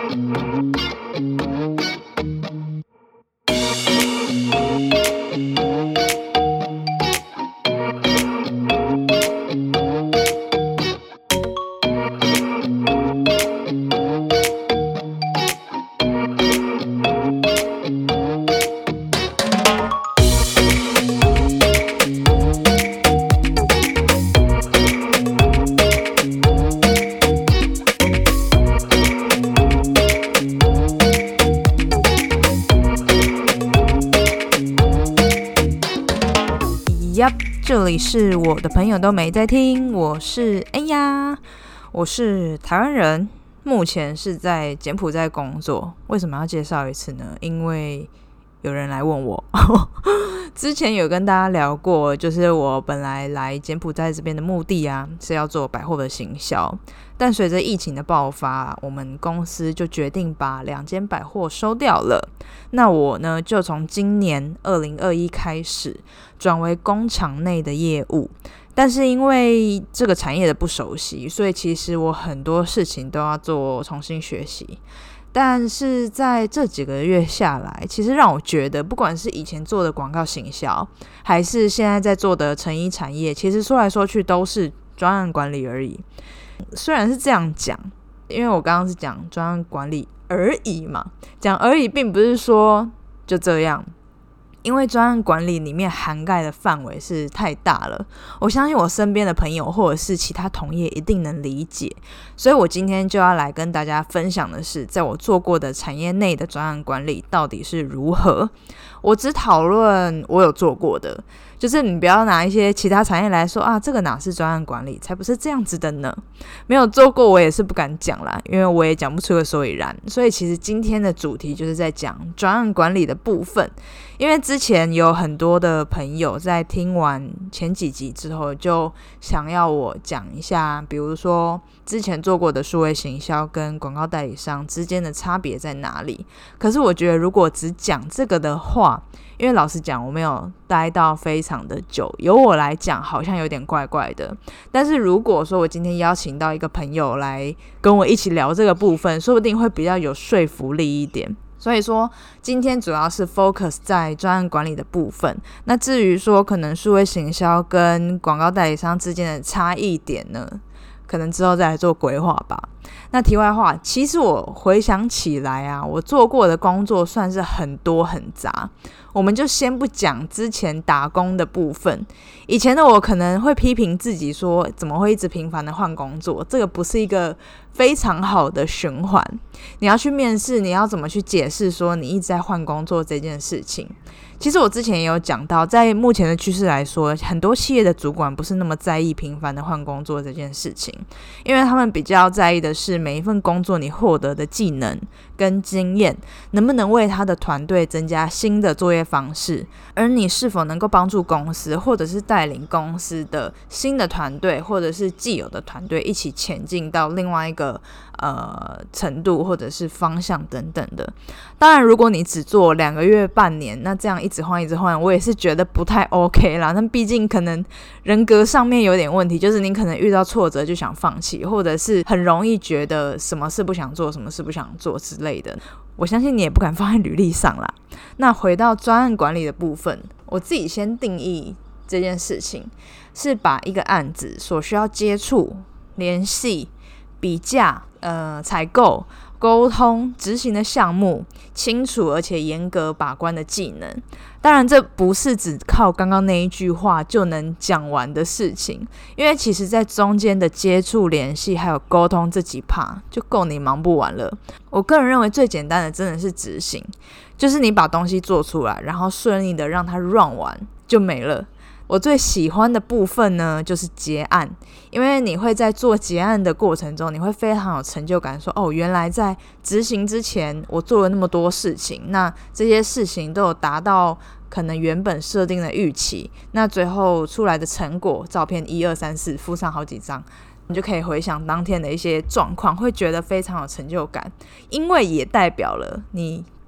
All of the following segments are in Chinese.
这里是我的朋友都没在听，我是我是台湾人，目前是在柬埔寨工作。为什么要介绍一次呢？因为有人来问我之前有跟大家聊过，就是我本来来柬埔寨这边的目的是要做百货的行销，但随着疫情的爆发，我们公司就决定把2间百货收掉了。那我呢，就从今年2021开始转为工厂内的业务，但是因为这个产业的不熟悉，所以其实我很多事情都要做重新学习。但是在这几个月下来，其实让我觉得不管是以前做的广告行销，还是现在在做的成衣产业，其实说来说去都是专案管理而已。虽然是这样讲，因为我刚刚是讲专案管理而已嘛，讲而已并不是说就这样，因为专案管理里面涵盖的范围是太大了，我相信我身边的朋友或者是其他同业一定能理解，所以我今天就要来跟大家分享的是，在我做过的产业内的专案管理到底是如何。我只讨论我有做过的，就是你不要拿一些其他产业来说这个哪是专案管理，才不是这样子的呢。没有做过我也是不敢讲啦，因为我也讲不出个所以然。所以其实今天的主题就是在讲专案管理的部分，因为之前有很多的朋友在听完前几集之后就想要我讲一下，比如说之前做过的数位行销跟广告代理商之间的差别在哪里。可是我觉得如果只讲这个的话，因为老实讲我没有待到非常的久，由我来讲好像有点怪怪的。但是如果说我今天邀请到一个朋友来跟我一起聊这个部分，说不定会比较有说服力一点。所以说今天主要是 focus 在专案管理的部分，那至于说可能数位行销跟广告代理商之间的差异点呢，可能之后再来做规划吧。那题外话，其实我回想起来我做过的工作算是很多很杂，我们就先不讲之前打工的部分。以前的我可能会批评自己说，怎么会一直频繁的换工作，这个不是一个非常好的循环。你要去面试，你要怎么去解释说你一直在换工作这件事情。其实我之前也有讲到，在目前的趋势来说，很多企业的主管不是那么在意频繁的换工作这件事情，因为他们比较在意的是每一份工作你获得的技能跟经验能不能为他的团队增加新的作业方式，而你是否能够帮助公司或者是带领公司的新的团队或者是既有的团队一起前进到另外一个程度或者是方向等等的。当然如果你只做2个月半年，那这样一直换我也是觉得不太 OK 啦。那毕竟可能人格上面有点问题，就是你可能遇到挫折就想放弃，或者是很容易觉得什么事不想做什么事不想做之类的，我相信你也不敢放在履历上啦。那回到专案管理的部分，我自己先定义这件事情是把一个案子所需要接触、联系、比价、采购、沟通、执行的项目清楚而且严格把关的技能。当然这不是只靠刚刚那一句话就能讲完的事情，因为其实在中间的接触、联系还有沟通这几 part 就够你忙不完了。我个人认为最简单的真的是执行，就是你把东西做出来，然后顺利的让它 run 完就没了。我最喜欢的部分呢，就是结案，因为你会在做结案的过程中，你会非常有成就感，说原来在执行之前我做了那么多事情，那这些事情都有达到可能原本设定的预期，那最后出来的成果照片1、2、3、4附上好几张，你就可以回想当天的一些状况，会觉得非常有成就感，因为也代表了你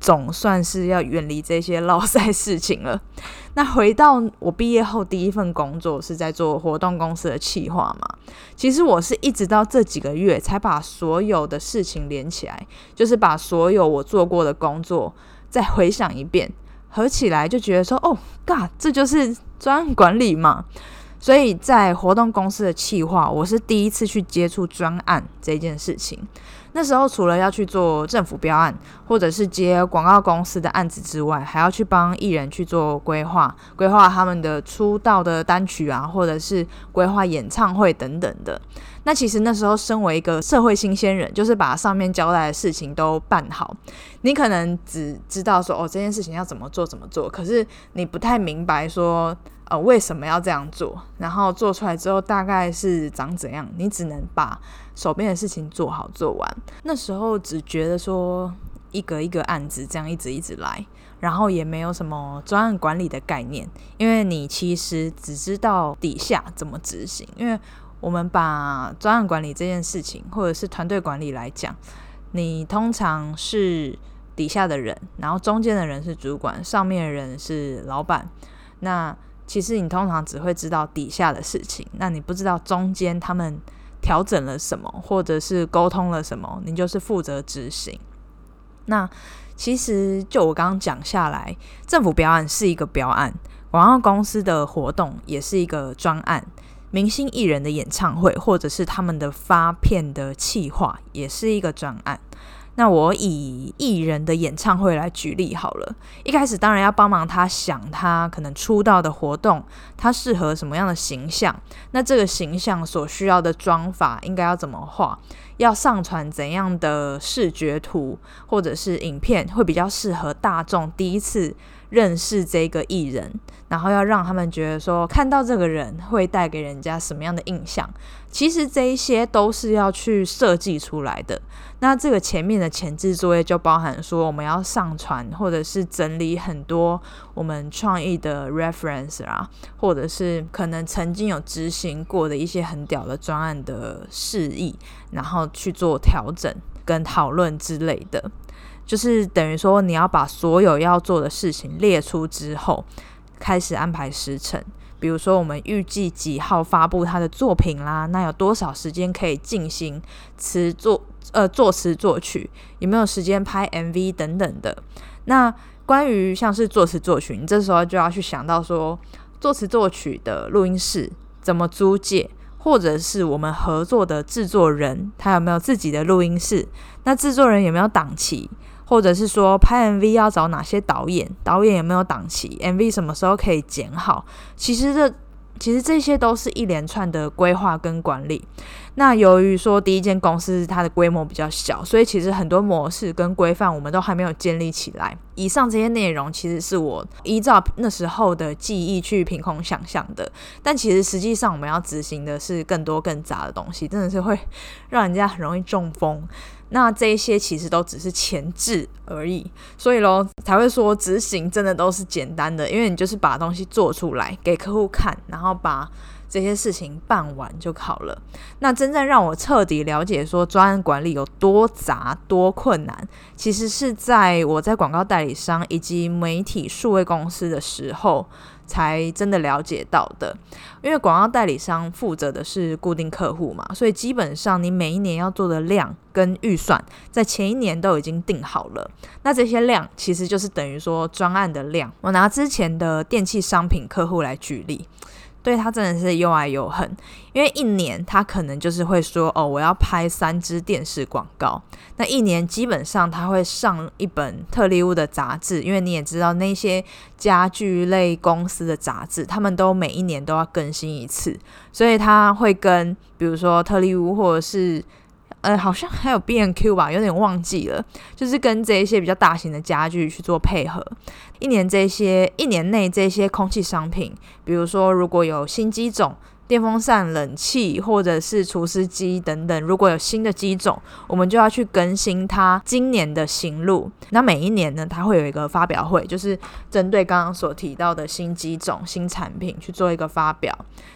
总算是要远离这些落塞事情了。那回到我毕业后第一份工作是在做活动公司的企划嘛，其实我是一直到这几个月才把所有的事情连起来，就是把所有我做过的工作再回想一遍，合起来就觉得说哦 God， 这就是专案管理嘛。所以在活动公司的企划，我是第一次去接触专案这件事情。那时候除了要去做政府标案，或者是接广告公司的案子之外，还要去帮艺人去做规划他们的出道的单曲啊，或者是规划演唱会等等的。那其实那时候身为一个社会新鲜人，就是把上面交代的事情都办好。你可能只知道说这件事情要怎么做，可是你不太明白说为什么要这样做，然后做出来之后大概是长怎样，你只能把手边的事情做好做完。那时候只觉得说一个一个案子这样一直来，然后也没有什么专案管理的概念，因为你其实只知道底下怎么执行。因为我们把专案管理这件事情或者是团队管理来讲，你通常是底下的人，然后中间的人是主管，上面的人是老板。那其实你通常只会知道底下的事情，那你不知道中间他们调整了什么，或者是沟通了什么，你就是负责执行。那其实就我刚刚讲下来，政府标案是一个标案，广告公司的活动也是一个专案，明星艺人的演唱会或者是他们的发片的企划也是一个专案。那我以艺人的演唱会来举例好了，一开始当然要帮忙他想他可能出道的活动，他适合什么样的形象，那这个形象所需要的妆法应该要怎么画，要上传怎样的视觉图或者是影片会比较适合大众第一次认识这个艺人，然后要让他们觉得说看到这个人会带给人家什么样的印象，其实这一些都是要去设计出来的。那这个前面的前置作业就包含说我们要上传或者是整理很多我们创意的 reference 啦，或者是可能曾经有执行过的一些很屌的专案的示意，然后去做调整跟讨论之类的。就是等于说你要把所有要做的事情列出之后，开始安排时程。比如说我们预计几号发布他的作品啦，那有多少时间可以进行作词作曲，有没有时间拍 MV 等等的。那关于像是作词作曲，你这时候就要去想到说作词作曲的录音室怎么租借，或者是我们合作的制作人他有没有自己的录音室，那制作人有没有档期，或者是说拍 MV 要找哪些导演有没有档期， MV 什么时候可以剪好。其实这些都是一连串的规划跟管理。那由于说第一间公司它的规模比较小，所以其实很多模式跟规范我们都还没有建立起来。以上这些内容其实是我依照那时候的记忆去凭空想象的，但其实实际上我们要执行的是更多更杂的东西，真的是会让人家很容易中风。那这一些其实都只是前置而已，所以咯才会说执行真的都是简单的，因为你就是把东西做出来给客户看，然后把这些事情办完就好了。那真正让我彻底了解说专案管理有多杂多困难，其实是在我在广告代理商以及媒体数位公司的时候才真的了解到的。因为广告代理商负责的是固定客户嘛，所以基本上你每一年要做的量跟预算在前一年都已经定好了。那这些量其实就是等于说专案的量。我拿之前的电器商品客户来举例，对他真的是又爱又恨。因为一年他可能就是会说我要拍3支电视广告，那一年基本上他会上一本特力屋的杂志，因为你也知道那些家具类公司的杂志他们都每一年都要更新一次，所以他会跟比如说特力屋或者是好像还有 B&Q 吧，有点忘记了，就是跟这一些比较大型的家具去做配合。一年内这些空气商品，比如说如果有新机种，电风扇、冷气或者是除湿机等等，如果有新的机种，我们就要去更新它今年的型录。那每一年呢，它会有一个发表会，就是针对刚刚所提到的新机种、新产品去做一个发表。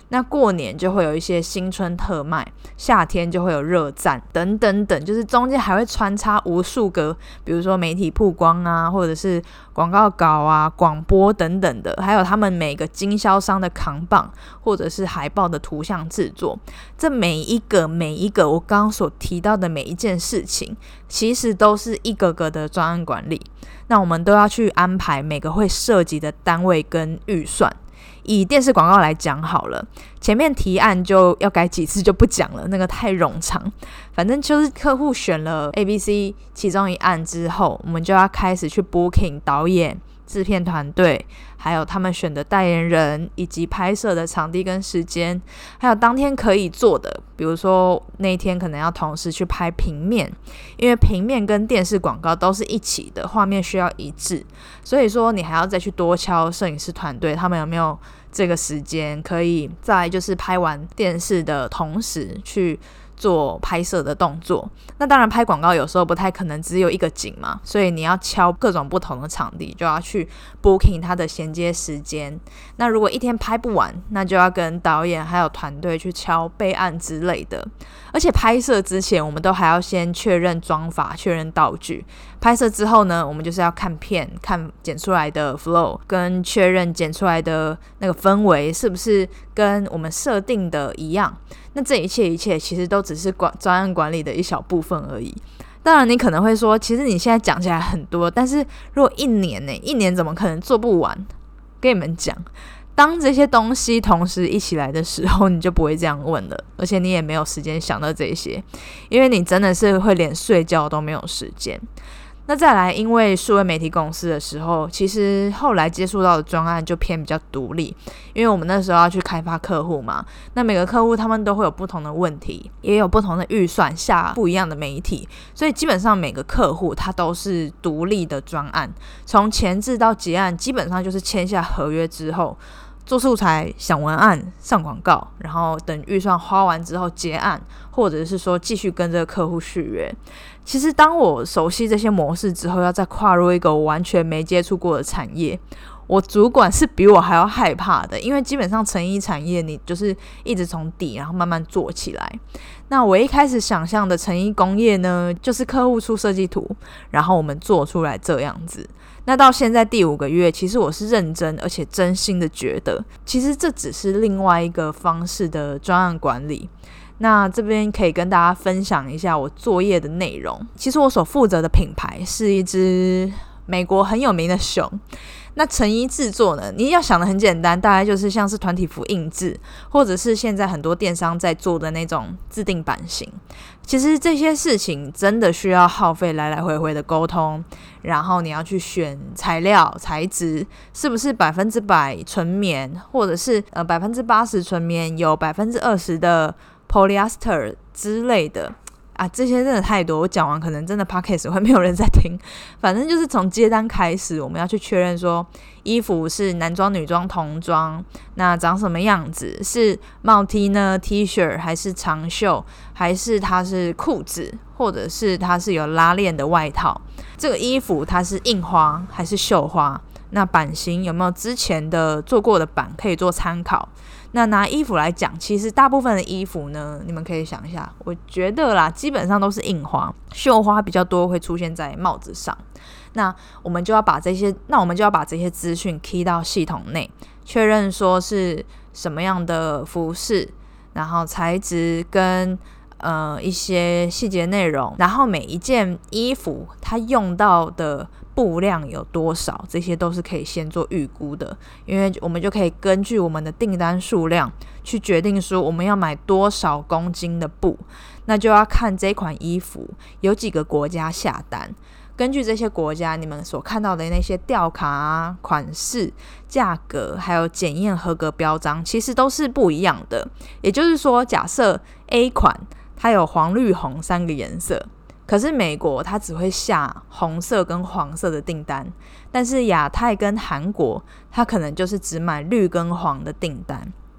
那过年就会有一些新春特卖，夏天就会有热赞等等等，就是中间还会穿插无数个，比如说媒体曝光啊，或者是广告稿啊、广播等等的，还有他们每个经销商的扛棒或者是海报的图像制作。这每一个我刚刚所提到的每一件事情，其实都是一个个的专案管理。那我们都要去安排每个会涉及的单位跟预算。以电视广告来讲好了，前面提案就要改几次就不讲了，那个太冗长。反正就是客户选了 ABC 其中一案之后，我们就要开始去 booking 导演、制片团队，还有他们选的代言人，以及拍摄的场地跟时间，还有当天可以做的，比如说那一天可能要同时去拍平面，因为平面跟电视广告都是一起的，画面需要一致，所以说你还要再去多敲摄影师团队，他们有没有这个时间可以在就是拍完电视的同时去做拍摄的动作。那当然拍广告有时候不太可能只有一个景嘛，所以你要敲各种不同的场地，就要去 booking 它的衔接时间。那如果一天拍不完，那就要跟导演还有团队去敲备案之类的。而且拍摄之前我们都还要先确认妆法、确认道具。拍摄之后呢，我们就是要看片、看剪出来的 flow， 跟确认剪出来的那个氛围是不是跟我们设定的一样。那这一切其实都只是专案管理的一小部分而已。当然你可能会说，其实你现在讲起来很多，但是如果一年怎么可能做不完？跟你们讲，当这些东西同时一起来的时候，你就不会这样问了，而且你也没有时间想到这些，因为你真的是会连睡觉都没有时间。那再来，因为数位媒体公司的时候，其实后来接触到的专案就偏比较独立，因为我们那时候要去开发客户嘛，那每个客户他们都会有不同的问题，也有不同的预算下不一样的媒体，所以基本上每个客户他都是独立的专案，从前置到结案基本上就是签下合约之后做素材、想文案、上广告，然后等预算花完之后结案，或者是说继续跟这个客户续约。其实当我熟悉这些模式之后，要再跨入一个我完全没接触过的产业，我主管是比我还要害怕的，因为基本上成衣产业你就是一直从底然后慢慢做起来。那我一开始想象的成衣工业呢，就是客户出设计图，然后我们做出来这样子。那到现在第5个月，其实我是认真而且真心的觉得，其实这只是另外一个方式的专案管理。那这边可以跟大家分享一下我作业的内容。其实我所负责的品牌是一只美国很有名的熊。那成衣制作呢，你要想的很简单，大概就是像是团体服印制，或者是现在很多电商在做的那种自定版型。其实这些事情真的需要耗费来来回回的沟通，然后你要去选材料、材质是不是100%纯棉，或者是80%纯棉，有20%的 polyester 之类的啊，这些真的太多，我讲完可能真的 podcast 会没有人在听。反正就是从接单开始，我们要去确认说衣服是男装、女装、童装，那长什么样子，是帽 T 呢 T 恤，还是长袖，还是它是裤子，或者是它是有拉链的外套。这个衣服它是印花还是绣花，那版型有没有之前的做过的版可以做参考。那拿衣服来讲，其实大部分的衣服呢，你们可以想一下，我觉得啦，基本上都是印花，绣花比较多会出现在帽子上。那我们就要把这些资讯 key 到系统内，确认说是什么样的服饰，然后材质跟一些细节内容，然后每一件衣服它用到的布量有多少，这些都是可以先做预估的，因为我们就可以根据我们的订单数量去决定说我们要买多少公斤的布。那就要看这款衣服有几个国家下单，根据这些国家你们所看到的那些吊卡啊、款式、价格还有检验合格标章，其实都是不一样的。也就是说，假设 A 款它有黄、绿、红3个颜色，可是美国它只会下红色跟黄色的订单，但是亚太跟韩国它可能就是只买绿跟黄的订单。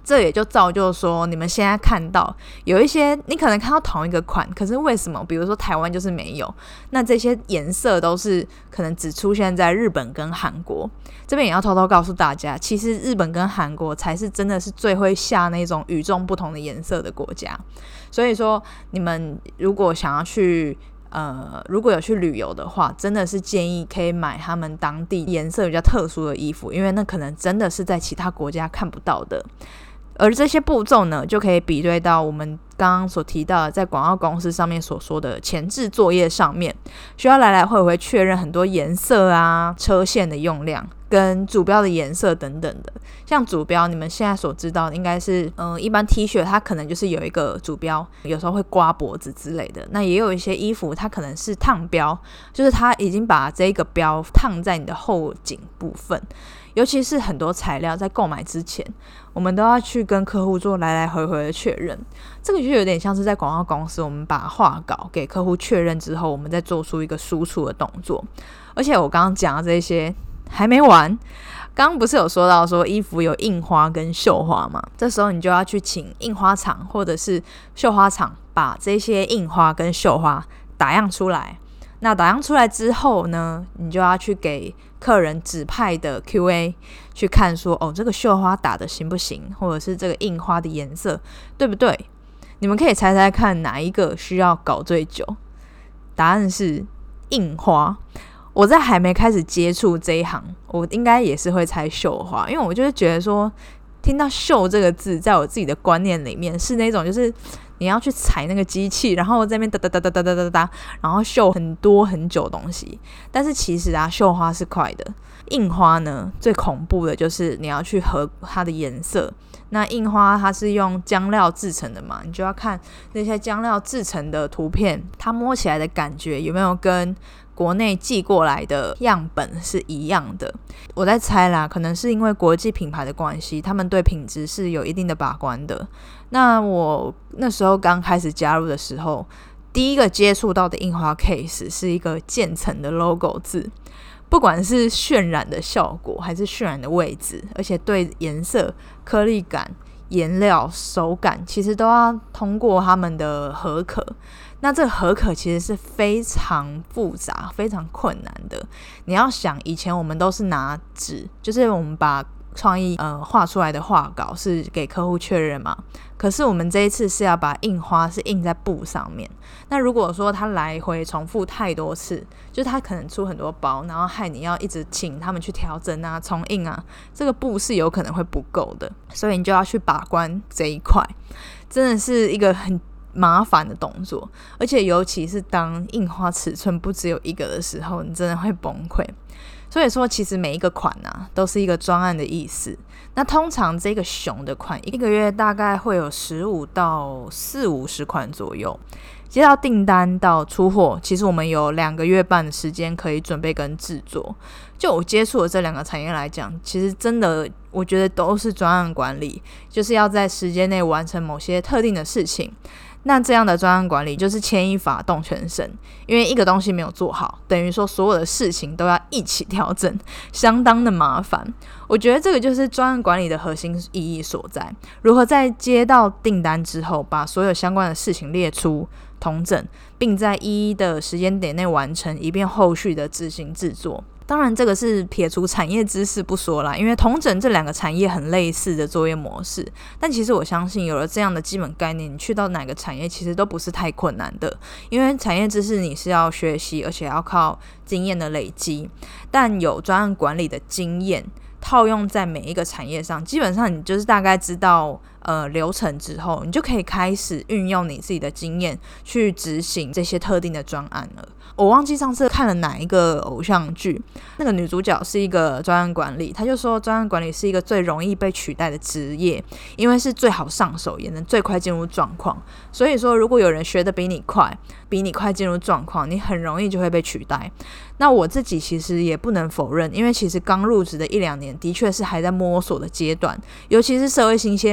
这也就造就说，你们现在看到有一些你可能看到同一个款，可是为什么比如说台湾就是没有，那这些颜色都是可能只出现在日本跟韩国。这边也要偷偷告诉大家，其实日本跟韩国才是真的是最会下那种与众不同的颜色的国家。所以说你们如果想要去如果有去旅游的话，真的是建议可以买他们当地颜色比较特殊的衣服，因为那可能真的是在其他国家看不到的。而这些步骤呢，就可以比对到我们刚刚所提到的在广告公司上面所说的前置作业上面，需要来来回回确认很多颜色啊、车线的用量跟主标的颜色等等的。像主标你们现在所知道的应该是一般 T 恤它可能就是有一个主标，有时候会刮脖子之类的。那也有一些衣服它可能是烫标，就是它已经把这个标烫在你的后颈部分。尤其是很多材料在购买之前，我们都要去跟客户做来来回回的确认。这个就有点像是在广告公司，我们把画稿给客户确认之后，我们再做出一个输出的动作。而且我刚刚讲的这些还没完，刚刚不是有说到说衣服有印花跟绣花吗？这时候你就要去请印花厂或者是绣花厂把这些印花跟绣花打样出来。那打样出来之后呢，你就要去给客人指派的 QA 去看说，这个绣花打的行不行，或者是这个印花的颜色对不对。你们可以猜猜看哪一个需要搞最久？答案是印花。我在还没开始接触这一行，我应该也是会猜绣花，因为我就是觉得说，听到绣这个字，在我自己的观念里面是那种就是你要去踩那个机器，然后在那边哒哒哒哒哒哒哒哒，然后绣很多很久东西。但是其实绣花是快的，印花呢最恐怖的就是你要去合它的颜色。那印花它是用浆料制成的嘛，你就要看那些浆料制成的图片，它摸起来的感觉有没有跟国内寄过来的样本是一样的。我在猜啦，可能是因为国际品牌的关系，他们对品质是有一定的把关的。那我那时候刚开始加入的时候，第一个接触到的印花 case 是一个渐层的 logo 字，不管是渲染的效果还是渲染的位置，而且对颜色、颗粒感、颜料、手感其实都要通过他们的核可。那这个核可其实是非常复杂非常困难的。你要想以前我们都是拿纸，就是我们把创意画出来的画稿是给客户确认嘛，可是我们这一次是要把印花是印在布上面。那如果说他来回重复太多次，就是他可能出很多包，然后害你要一直请他们去调整啊重印啊，这个布是有可能会不够的，所以你就要去把关这一块，真的是一个很麻烦的动作。而且尤其是当印花尺寸不只有一个的时候，你真的会崩溃。所以说其实每一个款都是一个专案的意思。那通常这个熊的款一个月大概会有15到40-50款左右，接到订单到出货，其实我们有2个月半的时间可以准备跟制作。就我接触的这2个产业来讲，其实真的我觉得都是专案管理，就是要在时间内完成某些特定的事情。那这样的专案管理就是牵一发动全身，因为一个东西没有做好，等于说所有的事情都要一起调整，相当的麻烦。我觉得这个就是专案管理的核心意义所在，如何在接到订单之后把所有相关的事情列出统整，并在一的时间点内完成，以便后续的执行制作。当然这个是撇除产业知识不说啦，因为统整这2个产业很类似的作业模式，但其实我相信有了这样的基本概念，你去到哪个产业其实都不是太困难的。因为产业知识你是要学习，而且要靠经验的累积，但有专案管理的经验套用在每一个产业上，基本上你就是大概知道流程之后，你就可以开始运用你自己的经验去执行这些特定的专案了。我忘记上次看了哪一个偶像剧，那个女主角是一个专案管理，她就说专案管理是一个最容易被取代的职业，因为是最好上手，也能最快进入状况。所以说如果有人学得比你快进入状况，你很容易就会被取代。那我自己其实也不能否认，因为其实刚入职的1-2年的确是还在摸索的阶段，尤其是社会新鲜人会比较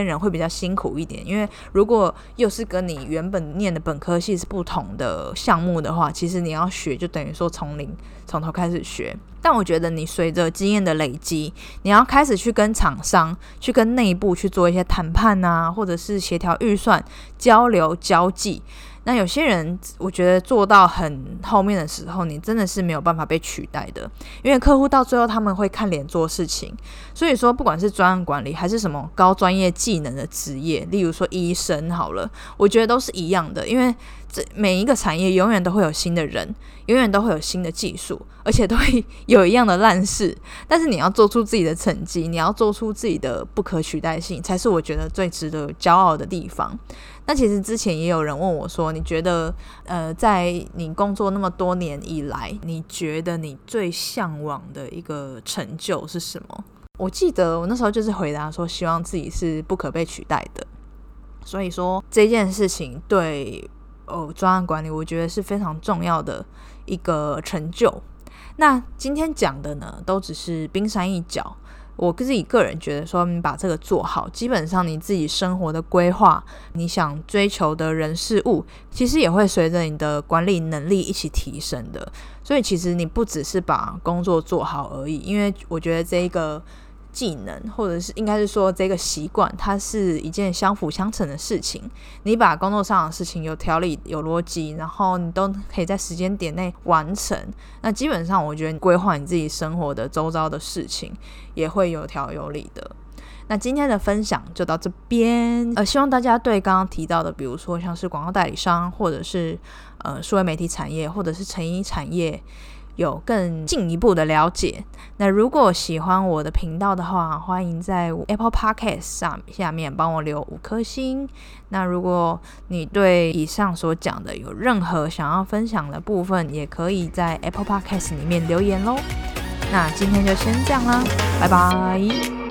较辛苦一点，因为如果又是跟你原本念的本科系是不同的项目的话，其实你要学就等于说从头开始学。但我觉得你随着经验的累积，你要开始去跟厂商、去跟内部去做一些谈判啊，或者是协调预算、交流、交际。那有些人我觉得做到很后面的时候，你真的是没有办法被取代的，因为客户到最后他们会看脸做事情。所以说不管是专案管理还是什么高专业技能的职业，例如说医生好了，我觉得都是一样的，因为每一个产业永远都会有新的人，永远都会有新的技术，而且都会有一样的烂事，但是你要做出自己的成绩，你要做出自己的不可取代性，才是我觉得最值得骄傲的地方。那其实之前也有人问我说，你觉得在你工作那么多年以来，你觉得你最向往的一个成就是什么？我记得我那时候就是回答说，希望自己是不可被取代的。所以说这件事情对专案管理我觉得是非常重要的一个成就。那今天讲的呢，都只是冰山一角。我自己个人觉得说，你把这个做好，基本上你自己生活的规划，你想追求的人事物，其实也会随着你的管理能力一起提升的。所以其实你不只是把工作做好而已，因为我觉得这一个技能，或者是应该是说这个习惯，它是一件相辅相成的事情。你把工作上的事情有条理有逻辑，然后你都可以在时间点内完成，那基本上我觉得你规划你自己生活的周遭的事情也会有条有理的。那今天的分享就到这边，希望大家对刚刚提到的，比如说像是广告代理商，或者是数位媒体产业，或者是成衣产业，有更进一步的了解。那如果喜欢我的频道的话，欢迎在 Apple Podcast 下面帮我留5颗星。那如果你对以上所讲的有任何想要分享的部分，也可以在 Apple Podcast 里面留言咯。那今天就先这样啦，拜拜。